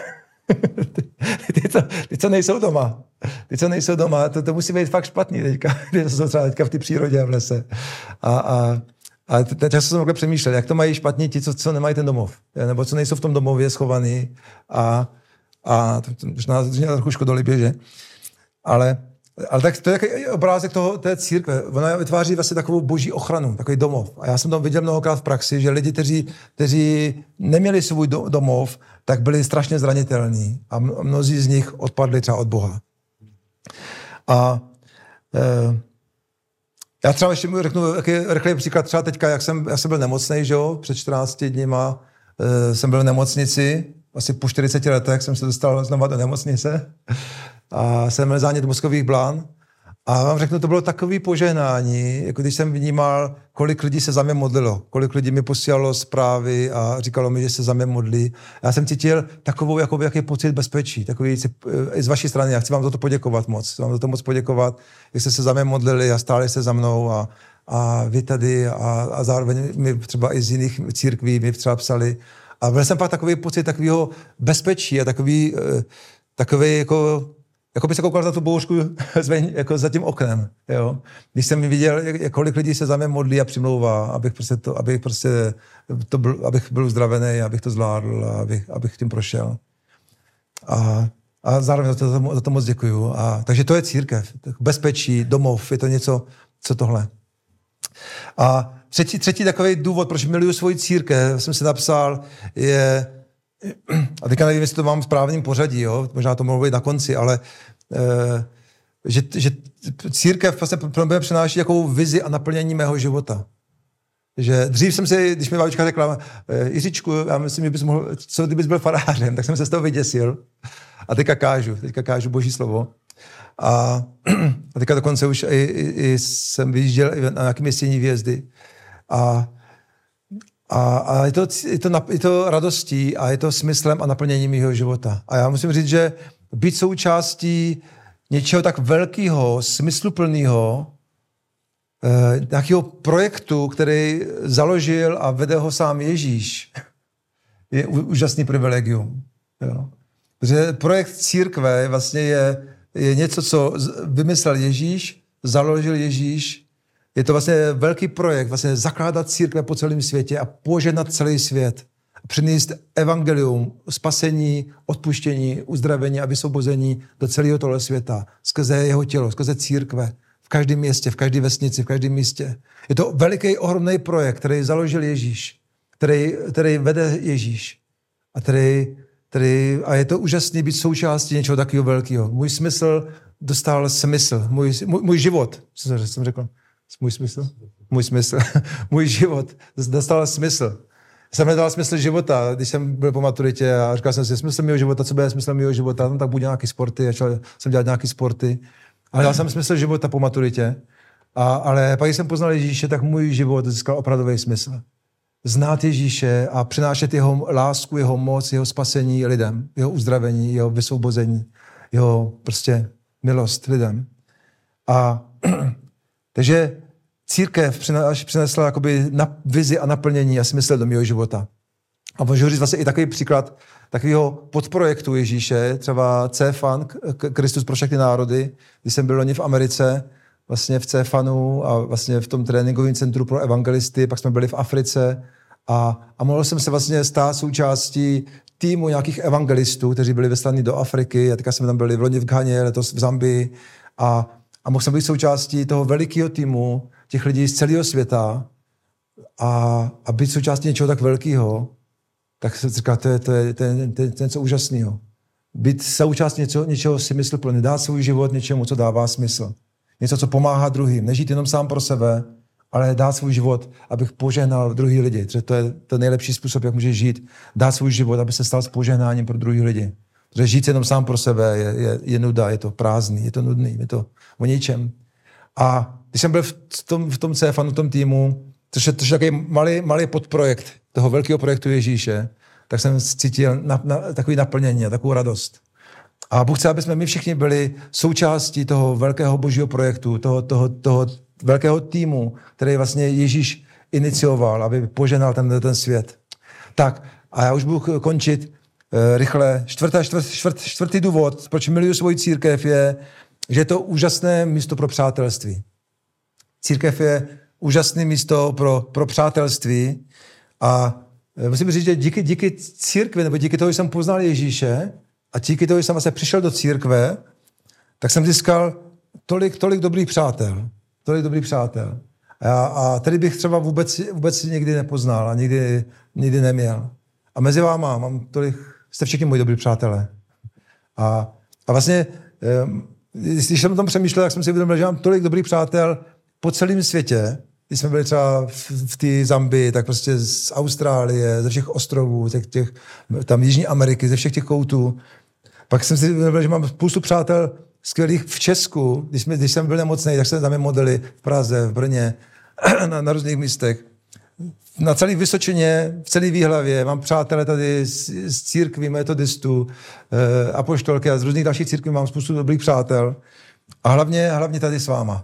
Ty, co nejsou doma. To musí být fakt špatný teďka. Ty, co jsou třeba teďka v té přírodě a v lese. A A často jsem takhle přemýšlel, jak to mají špatně ti, co nemají ten domov, nebo co nejsou v tom domově schovaný a to možná trochu škodolibě, že? Ale tak to je takový obrázek té církve. Ona vytváří vlastně takovou boží ochranu, takový domov. A já jsem to viděl mnohokrát v praxi, že lidi, kteří neměli svůj domov, tak byli strašně zranitelní. A mnozí z nich odpadli třeba od Boha. A já třeba ještě řeknu rychlý příklad, třeba teďka, jak jsem byl nemocnej, že jo, před 14 dníma jsem byl v nemocnici, asi po 40 letech jsem se dostal znova do nemocnice a jsem měl zánět mozkových blán. A vám řeknu, to bylo takové požehnání, jako když jsem vnímal, kolik lidí se za mě modlilo, kolik lidí mi posílalo zprávy a říkalo mi, že se za mě modlí. Já jsem cítil takovou, jaký pocit bezpečí, takový i z vaší strany. Já chci vám za to poděkovat moc. Chci vám za to moc poděkovat, že jste se za mě modlili a stáli se za mnou a vy tady a zároveň mi třeba i z jiných církví mi třeba psali. A byl jsem pak takový pocit takového bezpečí a takový jako by se koukal za tu bouřku jako za tím oknem, jo. Když jsem viděl, kolik lidí se za mě modlí a přimlouvá, abych byl uzdravený, abych to zvládl, abych tím prošel. A zároveň za to moc děkuju. Takže to je církev. Bezpečí, domov, je to něco, co tohle. A třetí takový důvod, proč miluju svoji církev, jsem si napsal, je, a teďka nevím, jestli to mám v správném pořadí, jo? Možná to mohlo být na konci, ale že církev vlastně pro mě přináší takovou vizi a naplnění mého života. Že dřív jsem si, když mi babička řekla, Jiříčku, já myslím, že bys mohl, co kdybys byl farářem, tak jsem se z toho vyděsil. A teďka kážu Boží slovo. A teďka dokonce už i jsem vyjížděl na nějaké městění výjezdy. A je to radostí a je to smyslem a naplněním mého života. A já musím říct, že být součástí něčeho tak velkého, smysluplného, nějakého projektu, který založil a vede ho sám Ježíš, je úžasný privilegium. Jo. Protože projekt církve vlastně je něco, co vymyslel Ježíš, založil Ježíš. Je to vlastně velký projekt, vlastně zakládat církve po celém světě a požehnat celý svět. Přinést evangelium, spasení, odpuštění, uzdravení a vysvobození do celého tohle světa. Skrze jeho tělo, skrze církve. V každém městě, v každé vesnici, v každém místě. Je to veliký, ohromný projekt, který založil Ježíš, který vede Ježíš. A je to úžasné být součástí něčeho takového velkého. Můj smysl dostal smysl. Můj život, co jsem řekl? Můj život dostal smysl. Jsem nedal smysl života, když jsem byl po maturitě a říkal jsem si, smysl mého života, co bude smysl mého života, no, tak budu nějaký sporty, začal jsem dělat nějaký sporty. Ale dal jsem smysl života po maturitě. Ale pak, když jsem poznal Ježíše, tak můj život získal opravdový smysl. Znát Ježíše a přinášet jeho lásku, jeho moc, jeho spasení lidem, jeho uzdravení, jeho vysvobození, jeho prostě milost lidem. Takže církev přinesla jakoby vizi a naplnění a smysl do mého života. A můžu říct vlastně i takový příklad takového podprojektu Ježíše, třeba CFAN, Kristus pro všechny národy, když jsem byl loni v Americe, vlastně v CFANu a vlastně v tom tréninkovém centru pro evangelisty, pak jsme byli v Africe a mohl jsem se vlastně stát součástí týmu nějakých evangelistů, kteří byli vyslaní do Afriky, a teďka jsme tam byli v loni v Ghaně, letos v Zambii a mohl jsem být součástí toho velikého týmu těch lidí z celého světa a být součástí něčeho tak velkého, tak se říká, to je něco úžasného. Být součástí něčeho smysluplného, dát svůj život něčemu, co dává smysl. Něco, co pomáhá druhým. Nežít jenom sám pro sebe, ale dát svůj život, abych požehnal druhý lidi. Protože to je ten nejlepší způsob, jak můžeš žít. Dát svůj život, aby se stal s požehnáním pro druhý lidi. Protože žít jenom sám pro sebe je nuda, je to prázdný, je to nudný, je to o ničem. A když jsem byl v tom CFANu, v tom týmu, což je takový malý podprojekt toho velkého projektu Ježíše, tak jsem cítil takový naplnění a takovou radost. A Bůh chce, aby jsme my všichni byli součástí toho velkého božího projektu, toho velkého týmu, který vlastně Ježíš inicioval, aby poženal ten svět. Tak, a já už budu končit rychle. Čtvrtý důvod, proč miluju svoji církev, je, že je to úžasné místo pro přátelství. Církev je úžasné místo pro přátelství. A musím říct, že díky církvi, nebo díky toho, že jsem poznal Ježíše a díky toho, že jsem vlastně přišel do církve, tak jsem získal tolik dobrých přátel. Tolik dobrých přátel. A tady bych třeba vůbec nikdy nepoznal a nikdy neměl. A mezi váma mám tolik, jste všichni moji dobří přátelé. A vlastně, když jsem o tom přemýšlel, tak jsem si uvědomil, že mám tolik dobrých přátel po celém světě. Když jsme byli třeba v té Zambii, tak prostě z Austrálie, ze všech ostrovů, tam Jižní Ameriky, ze všech těch koutů. Pak jsem si uvědomil, že mám spoustu přátel skvělých v Česku. Když jsem byl nemocný, tak jsme tam je modlili v Praze, v Brně, na různých místech. Na celé Vysočině, v celé Výhlavě mám přátelé tady z církví, metodistů, apoštolky a z různých dalších církví mám spoustu dobrých přátel. A hlavně tady s váma.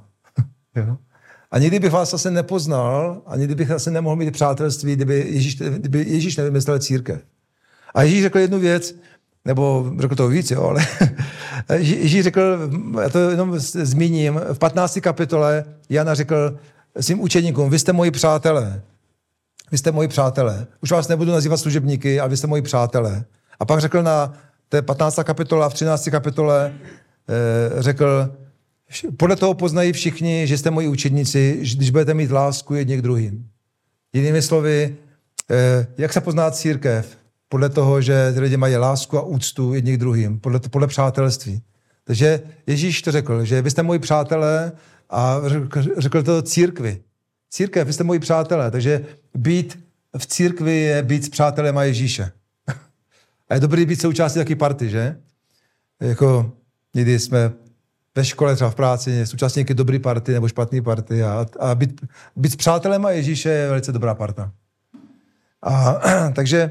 A nikdy bych vás asi nepoznal a nikdy bych asi nemohl mít přátelství, kdyby Ježíš nevymyslel církev. A Ježíš řekl jednu věc, nebo řekl to víc, jo, ale Ježíš řekl, já to jenom zmíním, v 15. kapitole Jana řekl svým učeníkům, vy jste moji přátelé. Vy jste moji přátelé. Už vás nebudu nazývat služebníky, ale vy jste moji přátelé. A pak řekl na té 15. kapitole a v 13. kapitole řekl, podle toho poznají všichni, že jste moji učedníci, když budete mít lásku jedni k druhým. Jinými slovy, jak se pozná církev? Podle toho, že lidi mají lásku a úctu jedni k druhým. Podle přátelství. Takže Ježíš to řekl, že vy jste moji přátelé a řekl to církvi. Církev, vy jste moji přátelé. Takže být v církvi je být s přátelem a Ježíše. A je dobrý být součástí taky party, že? Jako někdy jsme ve škole, třeba v práci, součástí nějaké dobrý party nebo špatný party a být s přátelem a Ježíše je velice dobrá parta. Takže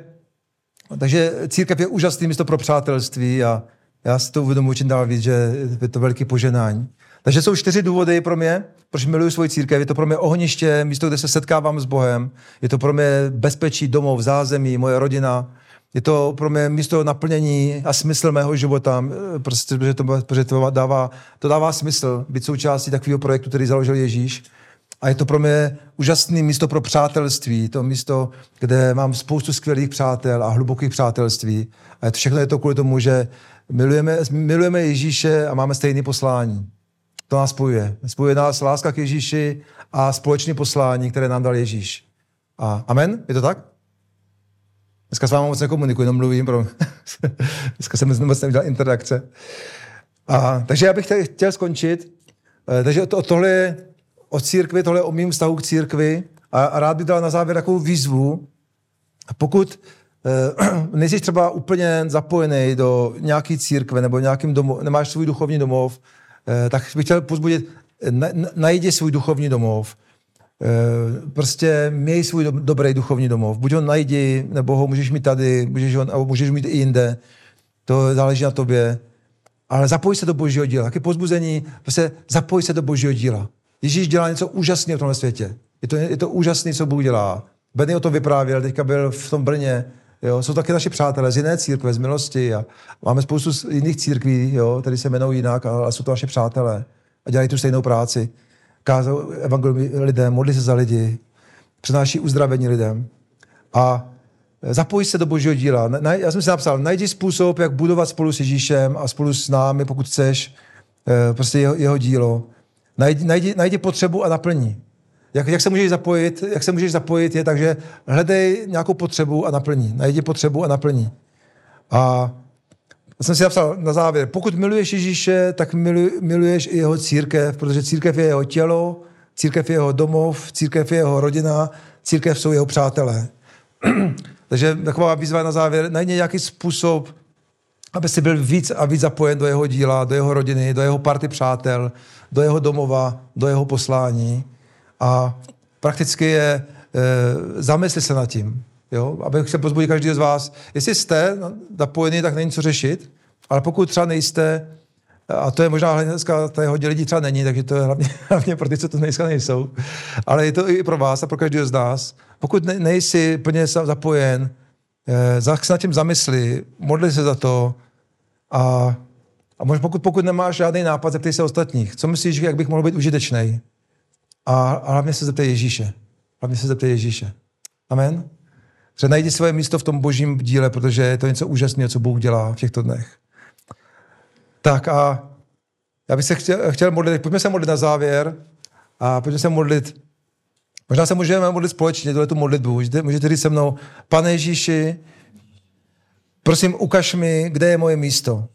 církev je úžasné místo pro přátelství a já si to uvědomuji čím dál víc, že je to velké poženání. Takže jsou 4 důvody pro mě, proč miluji svoji církev. Je to pro mě ohniště, místo, kde se setkávám s Bohem. Je to pro mě bezpečí, domov, zázemí, moje rodina. Je to pro mě místo naplnění a smysl mého života, prostě, protože to dává smysl být součástí takového projektu, který založil Ježíš. A je to pro mě úžasné místo pro přátelství. To místo, kde mám spoustu skvělých přátel a hlubokých přátelství. A všechno je to kvůli tomu, že milujeme Ježíše a máme stejné poslání. To nás spojuje. Spojuje nás láska k Ježíši a společné poslání, které nám dal Ježíš. Amen? Je to tak? Dneska s vámi moc nekomunikuji, jenom mluvím. Dneska jsem moc neudělal interakce. Takže já bych chtěl skončit. Takže tohle je o církvi, tohle je o mým vztahu k církvi a rád bych dal na závěr takovou výzvu. Pokud nejsi třeba úplně zapojený do nějaký církve nebo nějakým domov, nemáš svůj duchovní domov, tak bych chtěl pozbudit, najdi svůj duchovní domov. Prostě měj svůj dobrý duchovní domov. Buď ho najdi, nebo ho můžeš mít tady, můžeš mít i jinde. To záleží na tobě. Ale zapoj se do Božího díla. Taky pozbuzení, prostě zapoj se do Božího díla. Ježíš dělá něco úžasného v tomhle světě. Je to úžasné, co Bůh dělá. Benny o tom vyprávěl, teďka byl v tom Brně. Jo. Jsou taky naši přátelé z jiné církve, z milosti. A máme spoustu jiných církví, jo, tady se jmenují jinak, ale jsou to naši přátelé. A dělají tu stejnou práci. Kázou evangelium lidem, modlí se za lidi, přináší uzdravení lidem. A zapoj se do Božího díla. Já jsem si napsal, najdi způsob, jak budovat spolu s Ježíšem a spolu s námi, pokud chceš, prostě jeho dílo. Najdi potřebu a naplní. Jak se můžeš zapojit, je tak, že hledej nějakou potřebu a naplní. Najdi potřebu a naplní. A jsem si napsal na závěr, pokud miluješ Ježíše, tak miluješ i jeho církev, protože církev je jeho tělo, církev je jeho domov, církev je jeho rodina, církev jsou jeho přátelé. Takže taková výzva na závěr, najdi nějaký způsob, aby si byl víc a víc zapojen do jeho díla, do jeho rodiny, do jeho party přátel, do jeho domova, do jeho poslání. A prakticky je zamysli se nad tím. Jo? Abych se pozbudil každý z vás. Jestli jste zapojený, tak není co řešit, ale pokud třeba nejste, a to je možná dneska, tady hodně lidí třeba není, takže to je hlavně pro ty, co to dneska nejsou, ale je to i pro vás a pro každého z nás. Pokud nejsi plně zapojen, se nad tím zamysli, modli se za to a možná pokud nemáš žádný nápad, zeptej se ostatních. Co myslíš, jak bych mohl být užitečný? A hlavně se zeptej Ježíše. Amen. Že najdi svoje místo v tom božím díle, protože je to něco úžasného, co Bůh dělá v těchto dnech. Tak a já bych se chtěl modlit, pojďme se modlit na závěr a pojďme se modlit. Možná se můžeme modlit společně, tohle tu modlitbu. Můžete říct se mnou, Pane Ježíši, prosím, ukaž mi, kde je moje místo.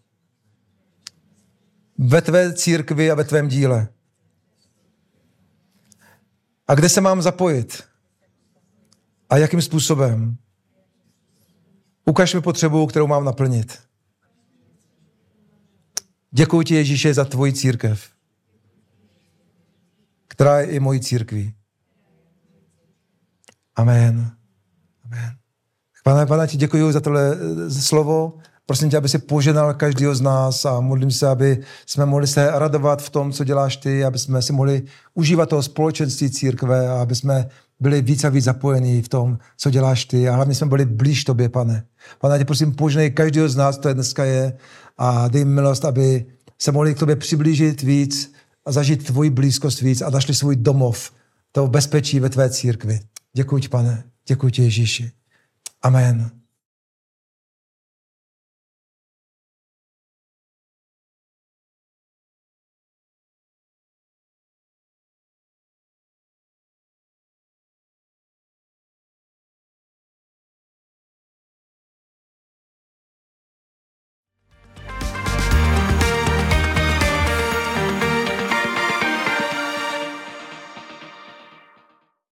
Ve tvé církvi a ve tvém díle. A kde se mám zapojit? A jakým způsobem? Ukaž mi potřebu, kterou mám naplnit. Děkuji ti, Ježíše, za tvoji církev, která je i mojí církví. Amen. Pane, ti děkuji za tohle slovo. Prosím tě, aby si poženal každého z nás a modlím se, aby jsme mohli se radovat v tom, co děláš ty, aby jsme si mohli užívat toho společenství církve a aby jsme byli víc a víc zapojení v tom, co děláš ty a hlavně jsme byli blíž tobě, pane. Pane, tě prosím, poženej každého z nás, co dneska je a dej milost, aby se mohli k tobě přiblížit víc a zažít tvoji blízkost víc a našli svůj domov, toho bezpečí ve tvé církvi. Děkuji ti, pane. Děkuji ti, Ježíši. Amen.